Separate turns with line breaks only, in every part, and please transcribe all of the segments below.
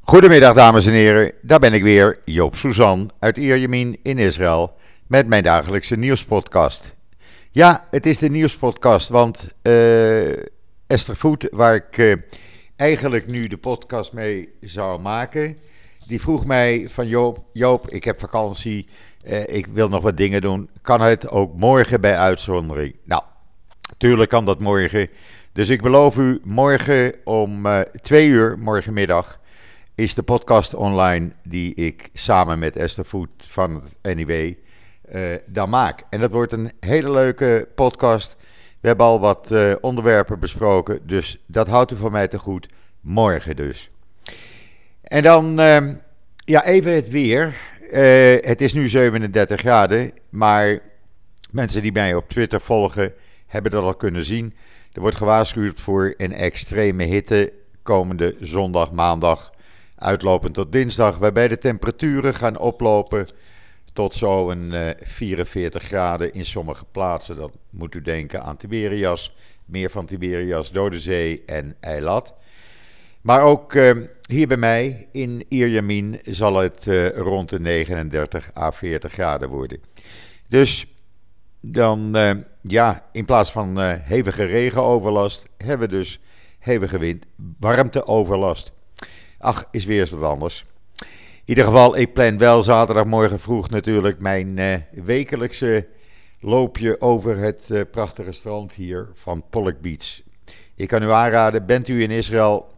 Goedemiddag dames en heren, daar ben ik weer, Joop Suzan uit Ierjemien in Israël met mijn dagelijkse nieuwspodcast. Ja, het is de nieuwspodcast, want Esther Voet, waar ik eigenlijk nu de podcast mee zou maken, die vroeg mij van Joop, ik heb vakantie, ik wil nog wat dingen doen, kan het ook morgen bij uitzondering? Nou, tuurlijk kan dat morgen, dus ik beloof u morgen om 2 uur, morgenmiddag, is de podcast online die ik samen met Esther Voet van het NIW dan maak. En dat wordt een hele leuke podcast. We hebben al wat onderwerpen besproken, dus dat houdt u van mij te goed. Morgen dus. En dan even het weer. Het is nu 37 graden, maar mensen die mij op Twitter volgen hebben dat al kunnen zien. Er wordt gewaarschuwd voor een extreme hitte komende zondag, maandag, uitlopend tot dinsdag, waarbij de temperaturen gaan oplopen tot zo'n 44 graden in sommige plaatsen. Dat moet u denken aan Tiberias, meer van Tiberias, Dode Zee en Eilat. Maar ook hier bij mij in Ierjemien zal het rond de 39 à 40 graden worden. Dus dan, in plaats van hevige regenoverlast, hebben we dus hevige wind, warmteoverlast. Ach, is weer eens wat anders. In ieder geval, ik plan wel zaterdagmorgen vroeg natuurlijk mijn wekelijkse loopje over het prachtige strand hier van Pollock Beach. Ik kan u aanraden, bent u in Israël,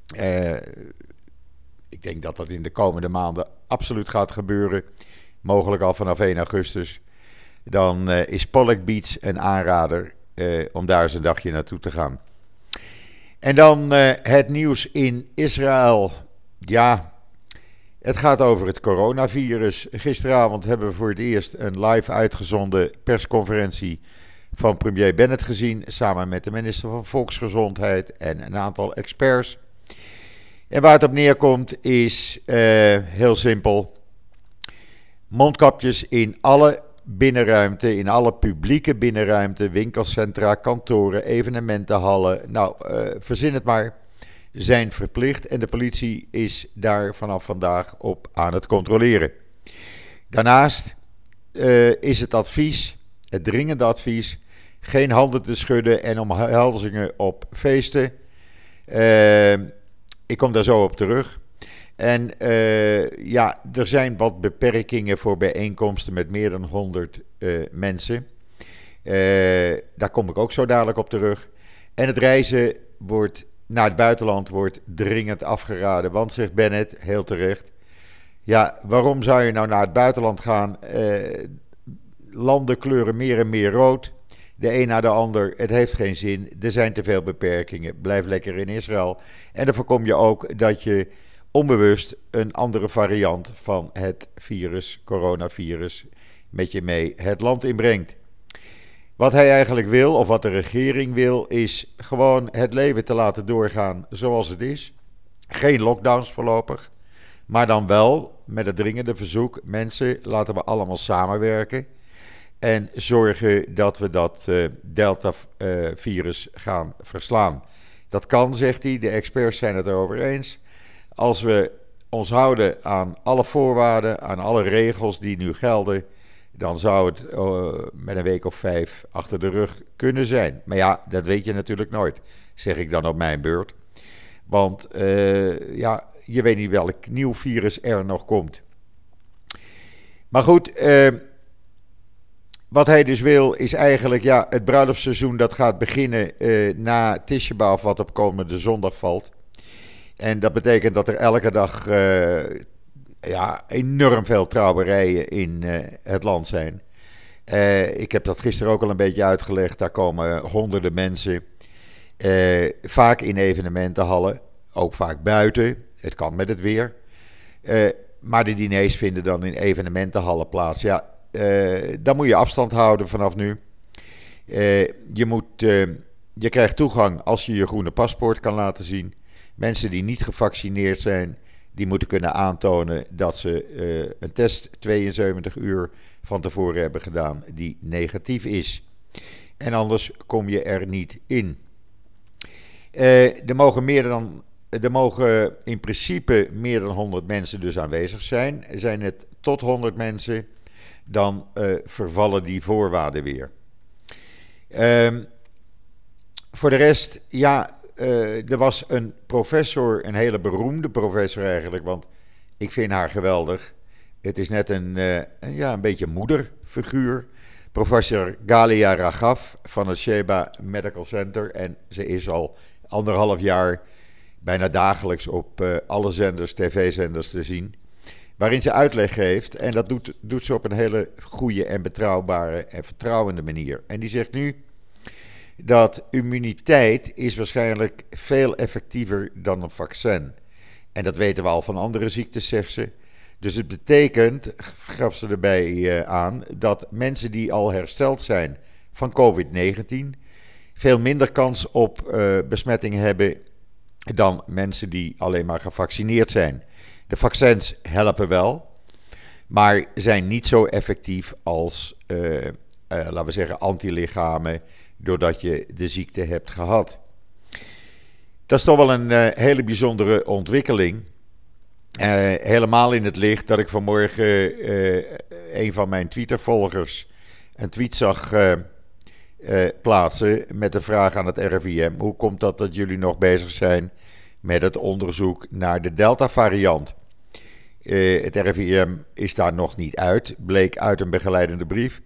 ik denk dat dat in de komende maanden absoluut gaat gebeuren, mogelijk al vanaf 1 augustus, dan is Pollock Beach een aanrader om daar eens een dagje naartoe te gaan. En dan het nieuws in Israël. Ja, het gaat over het coronavirus. Gisteravond hebben we voor het eerst een live uitgezonden persconferentie van premier Bennett gezien, samen met de minister van Volksgezondheid en een aantal experts. En waar het op neerkomt is heel simpel. Mondkapjes in alle binnenruimte, in alle publieke binnenruimte, winkelcentra, kantoren, evenementenhallen, verzin het maar, zijn verplicht en de politie is daar vanaf vandaag op aan het controleren. Daarnaast is het advies, het dringende advies, geen handen te schudden en omhelzingen op feesten. Ik kom daar zo op terug. En er zijn wat beperkingen voor bijeenkomsten met meer dan 100 mensen. Daar kom ik ook zo dadelijk op terug. En het reizen naar het buitenland wordt dringend afgeraden. Want, zegt Bennett, heel terecht, ja, waarom zou je nou naar het buitenland gaan? Landen kleuren meer en meer rood. De een na de ander. Het heeft geen zin. Er zijn te veel beperkingen. Blijf lekker in Israël. En dan voorkom je ook dat je onbewust een andere variant van het coronavirus, met je mee het land inbrengt. Wat hij eigenlijk wil, of wat de regering wil, is gewoon het leven te laten doorgaan zoals het is. Geen lockdowns voorlopig, maar dan wel met het dringende verzoek: mensen, laten we allemaal samenwerken en zorgen dat we dat Delta-virus gaan verslaan. Dat kan, zegt hij, de experts zijn het erover eens. Als we ons houden aan alle voorwaarden, aan alle regels die nu gelden, dan zou het met een week of 5 achter de rug kunnen zijn. Maar ja, dat weet je natuurlijk nooit, zeg ik dan op mijn beurt. Want je weet niet welk nieuw virus er nog komt. Maar goed, wat hij dus wil is eigenlijk, het bruiloftsseizoen dat gaat beginnen na Tisha B'Av, wat op komende zondag valt. En dat betekent dat er elke dag enorm veel trouwerijen in het land zijn. Ik heb dat gisteren ook al een beetje uitgelegd. Daar komen honderden mensen. Vaak in evenementenhallen. Ook vaak buiten. Het kan met het weer. Maar de diners vinden dan in evenementenhallen plaats. Ja, dan moet je afstand houden vanaf nu. Je krijgt toegang als je je groene paspoort kan laten zien. Mensen die niet gevaccineerd zijn, die moeten kunnen aantonen dat ze een test 72 uur van tevoren hebben gedaan die negatief is. En anders kom je er niet in. Er mogen meer dan er mogen in principe meer dan 100 mensen dus aanwezig zijn. Zijn het tot 100 mensen, dan vervallen die voorwaarden weer. Voor de rest, ja, er was een professor, een hele beroemde professor eigenlijk, want ik vind haar geweldig. Het is net een beetje moederfiguur. Professor Galia Raghav van het Sheba Medical Center. En ze is al 1,5 jaar bijna dagelijks op alle zenders, tv-zenders te zien. Waarin ze uitleg geeft. En dat doet ze op een hele goede en betrouwbare en vertrouwende manier. En die zegt nu dat immuniteit is waarschijnlijk veel effectiever dan een vaccin. En dat weten we al van andere ziektes, zegt ze. Dus het betekent, gaf ze erbij aan, dat mensen die al hersteld zijn van COVID-19 veel minder kans op besmetting hebben dan mensen die alleen maar gevaccineerd zijn. De vaccins helpen wel, maar zijn niet zo effectief als, laten we zeggen, antilichamen, doordat je de ziekte hebt gehad. Dat is toch wel een hele bijzondere ontwikkeling. Helemaal in het licht dat ik vanmorgen een van mijn Twitter-volgers een tweet zag plaatsen met de vraag aan het RIVM: hoe komt dat jullie nog bezig zijn met het onderzoek naar de Delta-variant? Het RIVM is daar nog niet uit, bleek uit een begeleidende brief.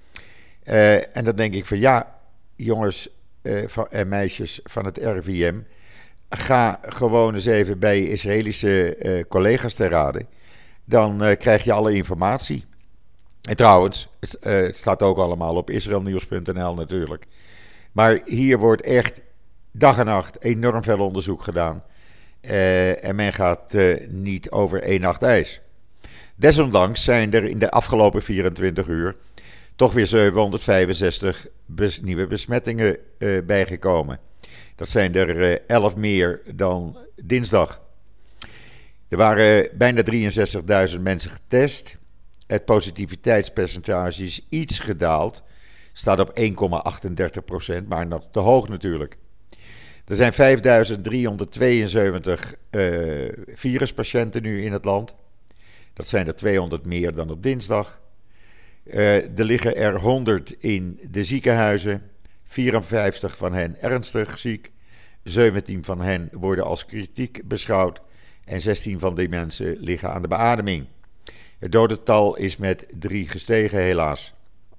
En dan denk ik van ja, jongens en meisjes van het RIVM, ga gewoon eens even bij je Israëlische collega's te raden. Dan krijg je alle informatie. En trouwens, het staat ook allemaal op israelnieuws.nl natuurlijk. Maar hier wordt echt dag en nacht enorm veel onderzoek gedaan. En men gaat niet over 1 nacht ijs. Desondanks zijn er in de afgelopen 24 uur toch weer 765 nieuwe besmettingen bijgekomen. Dat zijn er 11 meer dan dinsdag. Er waren bijna 63.000 mensen getest. Het positiviteitspercentage is iets gedaald. Staat op 1,38%, maar nog te hoog natuurlijk. Er zijn 5.372 viruspatiënten nu in het land. Dat zijn er 200 meer dan op dinsdag. Er liggen er 100 in de ziekenhuizen. 54 van hen ernstig ziek. 17 van hen worden als kritiek beschouwd. En 16 van die mensen liggen aan de beademing. Het dodental is met 3 gestegen, helaas.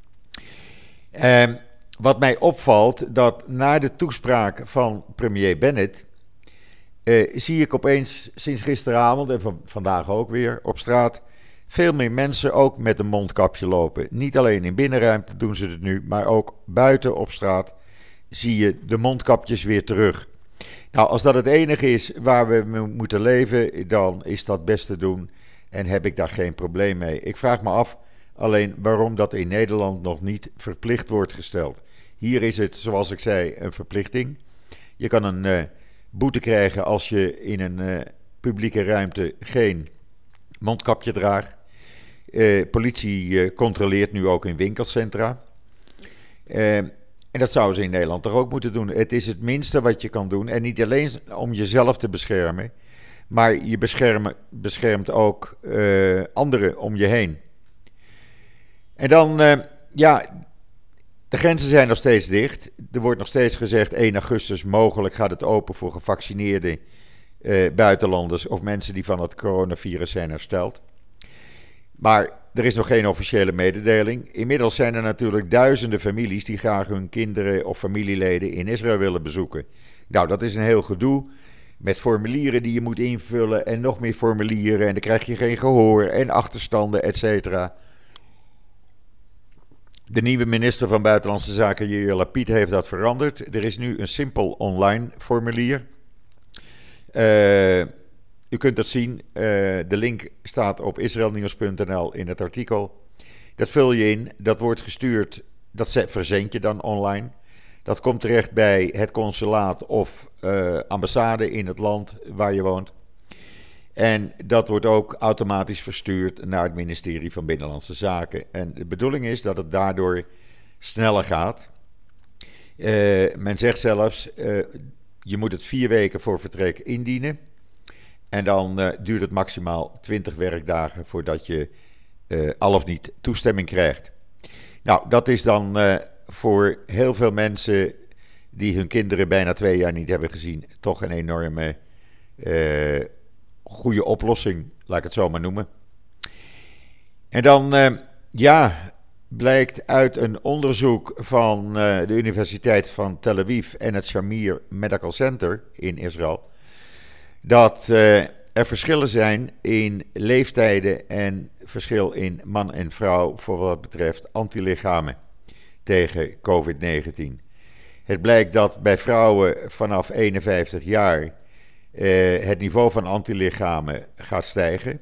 Wat mij opvalt, dat na de toespraak van premier Bennett zie ik opeens sinds gisteravond en vandaag ook weer op straat veel meer mensen ook met een mondkapje lopen. Niet alleen in binnenruimte doen ze het nu, maar ook buiten op straat zie je de mondkapjes weer terug. Nou, als dat het enige is waar we moeten leven, dan is dat best te doen en heb ik daar geen probleem mee. Ik vraag me af alleen waarom dat in Nederland nog niet verplicht wordt gesteld. Hier is het, zoals ik zei, een verplichting. Je kan een boete krijgen als je in een publieke ruimte geen mondkapje draagt. Politie controleert nu ook in winkelcentra. En dat zouden ze in Nederland toch ook moeten doen. Het is het minste wat je kan doen. En niet alleen om jezelf te beschermen, maar je beschermt ook anderen om je heen. En dan, de grenzen zijn nog steeds dicht. Er wordt nog steeds gezegd 1 augustus mogelijk gaat het open voor gevaccineerde buitenlanders of mensen die van het coronavirus zijn hersteld. Maar er is nog geen officiële mededeling. Inmiddels zijn er natuurlijk duizenden families die graag hun kinderen of familieleden in Israël willen bezoeken. Nou, dat is een heel gedoe met formulieren die je moet invullen en nog meer formulieren en dan krijg je geen gehoor en achterstanden, et cetera. De nieuwe minister van Buitenlandse Zaken, Yair Lapid, heeft dat veranderd. Er is nu een simpel online formulier. U kunt dat zien. De link staat op israelnieuws.nl in het artikel. Dat vul je in. Dat wordt gestuurd. Dat verzend je dan online. Dat komt terecht bij het consulaat of ambassade in het land waar je woont. En dat wordt ook automatisch verstuurd naar het ministerie van Binnenlandse Zaken. En de bedoeling is dat het daardoor sneller gaat. Men zegt zelfs, je moet het 4 weken voor vertrek indienen. En dan duurt het maximaal 20 werkdagen voordat je al of niet toestemming krijgt. Nou, dat is dan voor heel veel mensen die hun kinderen bijna 2 jaar niet hebben gezien, toch een enorme goede oplossing, laat ik het zo maar noemen. En dan, ja, blijkt uit een onderzoek van de Universiteit van Tel Aviv en het Shamir Medical Center in Israël, dat er verschillen zijn in leeftijden en verschil in man en vrouw voor wat betreft antilichamen tegen COVID-19. Het blijkt dat bij vrouwen vanaf 51 jaar het niveau van antilichamen gaat stijgen.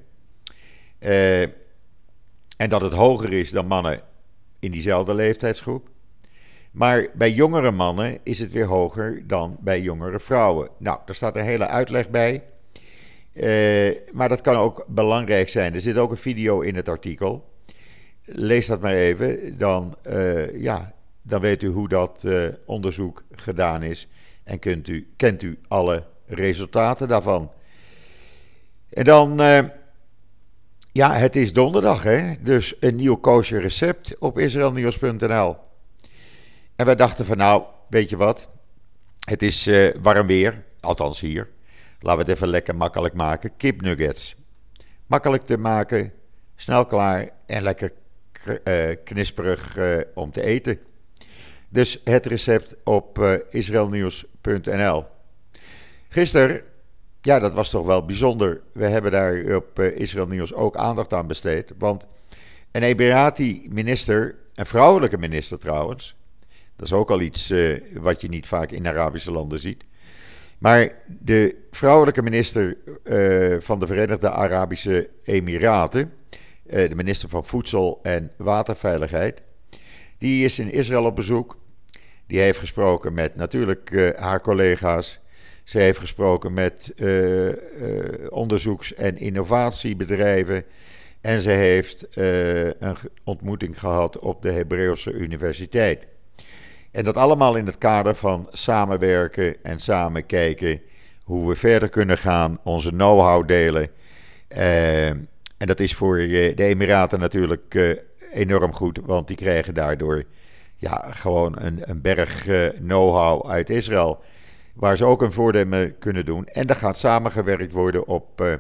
En dat het hoger is dan mannen in diezelfde leeftijdsgroep. Maar bij jongere mannen is het weer hoger dan bij jongere vrouwen. Nou, daar staat een hele uitleg bij. Maar dat kan ook belangrijk zijn. Er zit ook een video in het artikel. Lees dat maar even. Dan weet u hoe dat onderzoek gedaan is. En kent u alle resultaten daarvan. En dan, het is donderdag, hè? Dus een nieuw kosher recept op israelnieuws.nl. En wij dachten van nou, weet je wat? Het is warm weer, althans hier. Laten we het even lekker makkelijk maken. Kipnuggets. Makkelijk te maken, snel klaar en lekker knisperig om te eten. Dus het recept op israelnieuws.nl. Gisteren, ja, dat was toch wel bijzonder. We hebben daar op Israël Nieuws ook aandacht aan besteed. Want een Emirati-minister, een vrouwelijke minister trouwens, dat is ook al iets wat je niet vaak in Arabische landen ziet. Maar de vrouwelijke minister van de Verenigde Arabische Emiraten, de minister van Voedsel en Waterveiligheid, die is in Israël op bezoek. Die heeft gesproken met natuurlijk haar collega's. Ze heeft gesproken met onderzoeks- en innovatiebedrijven. En ze heeft een ontmoeting gehad op de Hebreeuwse Universiteit. En dat allemaal in het kader van samenwerken en samen kijken hoe we verder kunnen gaan, onze know-how delen. En dat is voor de Emiraten natuurlijk enorm goed, want die krijgen daardoor gewoon een berg know-how uit Israël, waar ze ook een voordeel mee kunnen doen. En er gaat samengewerkt worden op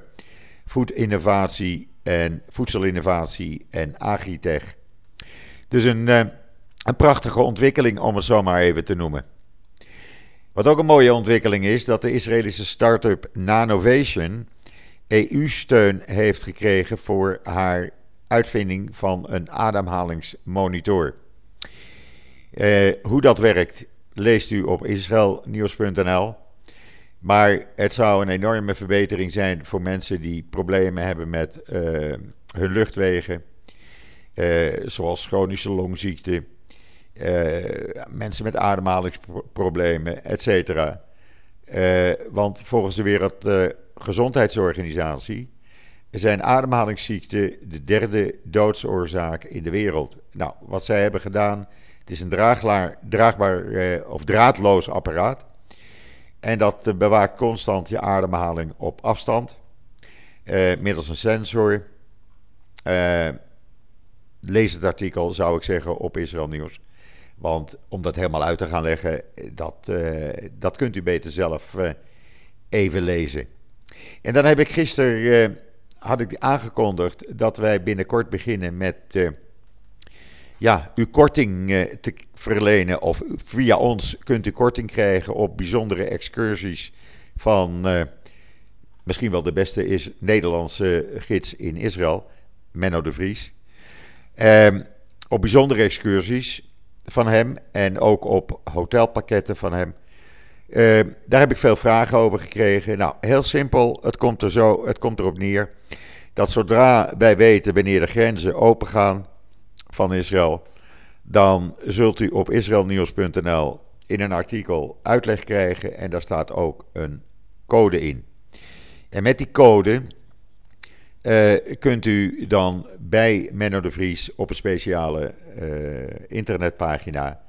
voedselinnovatie en agritech. Dus een prachtige ontwikkeling, om het zo maar even te noemen. Wat ook een mooie ontwikkeling is, dat de Israëlische start-up Nanovation EU-steun heeft gekregen voor haar uitvinding van een ademhalingsmonitor. Hoe dat werkt, leest u op israelnieuws.nl. Maar het zou een enorme verbetering zijn voor mensen die problemen hebben met hun luchtwegen, zoals chronische longziekte, mensen met ademhalingsproblemen, etc. Want volgens de Wereldgezondheidsorganisatie zijn ademhalingsziekten de derde doodsoorzaak in de wereld. Nou, wat zij hebben gedaan, het is een draagbaar of draadloos apparaat. En dat bewaakt constant je ademhaling op afstand, middels een sensor. Lees het artikel, zou ik zeggen, op Israël Nieuws. Want om dat helemaal uit te gaan leggen, dat kunt u beter zelf even lezen. En dan heb ik gisteren had ik aangekondigd dat wij binnenkort beginnen met u korting te verlenen. Of via ons kunt u korting krijgen op bijzondere excursies van misschien wel de beste Nederlandse gids in Israël, Menno de Vries. Op bijzondere excursies van hem en ook op hotelpakketten van hem. Daar heb ik veel vragen over gekregen. Nou, heel simpel, het komt erop neer dat zodra wij weten wanneer de grenzen opengaan van Israël, dan zult u op israelnieuws.nl in een artikel uitleg krijgen en daar staat ook een code in. En met die code kunt u dan bij Menno de Vries op een speciale internetpagina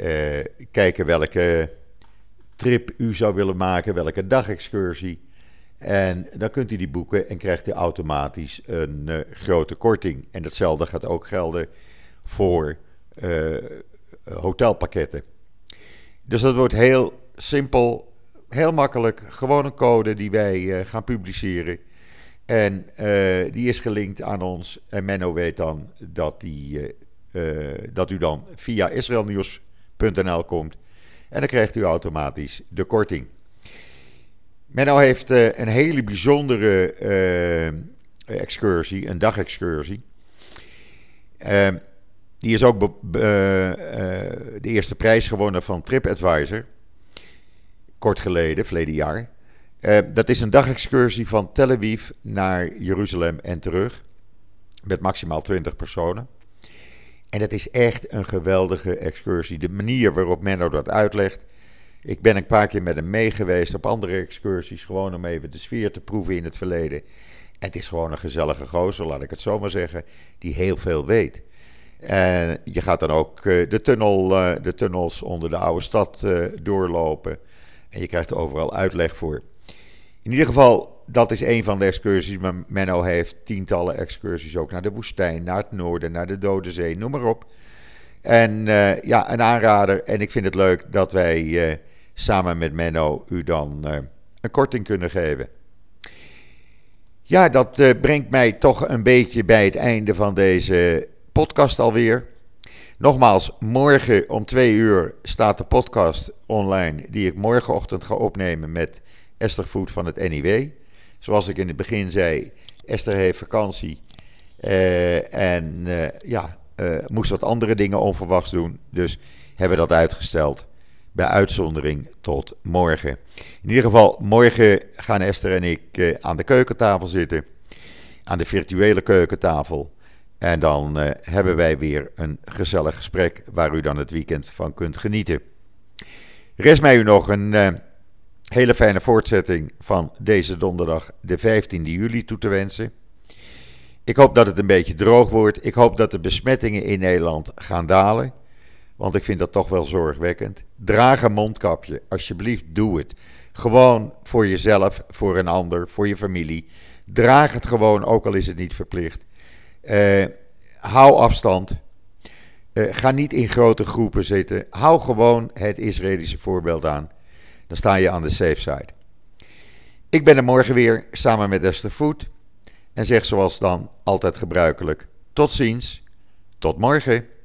kijken welke trip u zou willen maken, welke dagexcursie. En dan kunt u die boeken en krijgt u automatisch een grote korting. En datzelfde gaat ook gelden voor hotelpakketten. Dus dat wordt heel simpel, heel makkelijk. Gewoon een code die wij gaan publiceren. En die is gelinkt aan ons. En Menno weet dan dat u dan via israelnieuws.nl komt. En dan krijgt u automatisch de korting. Menno heeft een hele bijzondere excursie, een dagexcursie. Die is ook de eerste prijs gewonnen van TripAdvisor. Kort geleden, verleden jaar. Dat is een dagexcursie van Tel Aviv naar Jeruzalem en terug. Met maximaal 20 personen. En dat is echt een geweldige excursie. De manier waarop Menno dat uitlegt. Ik ben een paar keer met hem mee geweest op andere excursies. Gewoon om even de sfeer te proeven in het verleden. En het is gewoon een gezellige gozer, laat ik het zo maar zeggen. Die heel veel weet. En je gaat dan ook de tunnels onder de oude stad doorlopen. En je krijgt er overal uitleg voor. In ieder geval, dat is een van de excursies. Maar Menno heeft tientallen excursies ook naar de woestijn, naar het noorden, naar de Dode Zee, noem maar op. En een aanrader. En ik vind het leuk dat wij samen met Menno u dan een korting kunnen geven. Ja, dat brengt mij toch een beetje bij het einde van deze podcast alweer. Nogmaals, morgen om 2 uur staat de podcast online die ik morgenochtend ga opnemen met Esther Voet van het NIW. Zoals ik in het begin zei, Esther heeft vakantie moest wat andere dingen onverwachts doen. Dus hebben we dat uitgesteld bij uitzondering tot morgen. In ieder geval, morgen gaan Esther en ik aan de keukentafel zitten. Aan de virtuele keukentafel. En dan hebben wij weer een gezellig gesprek waar u dan het weekend van kunt genieten. Rest mij u nog een hele fijne voortzetting van deze donderdag, de 15e juli, toe te wensen. Ik hoop dat het een beetje droog wordt. Ik hoop dat de besmettingen in Nederland gaan dalen. Want ik vind dat toch wel zorgwekkend. Draag een mondkapje. Alsjeblieft, doe het. Gewoon voor jezelf, voor een ander, voor je familie. Draag het gewoon, ook al is het niet verplicht. Hou afstand. Ga niet in grote groepen zitten. Hou gewoon het Israëlische voorbeeld aan. Dan sta je aan de safe side. Ik ben er morgen weer samen met Esther Voet. En zeg zoals dan altijd gebruikelijk. Tot ziens. Tot morgen.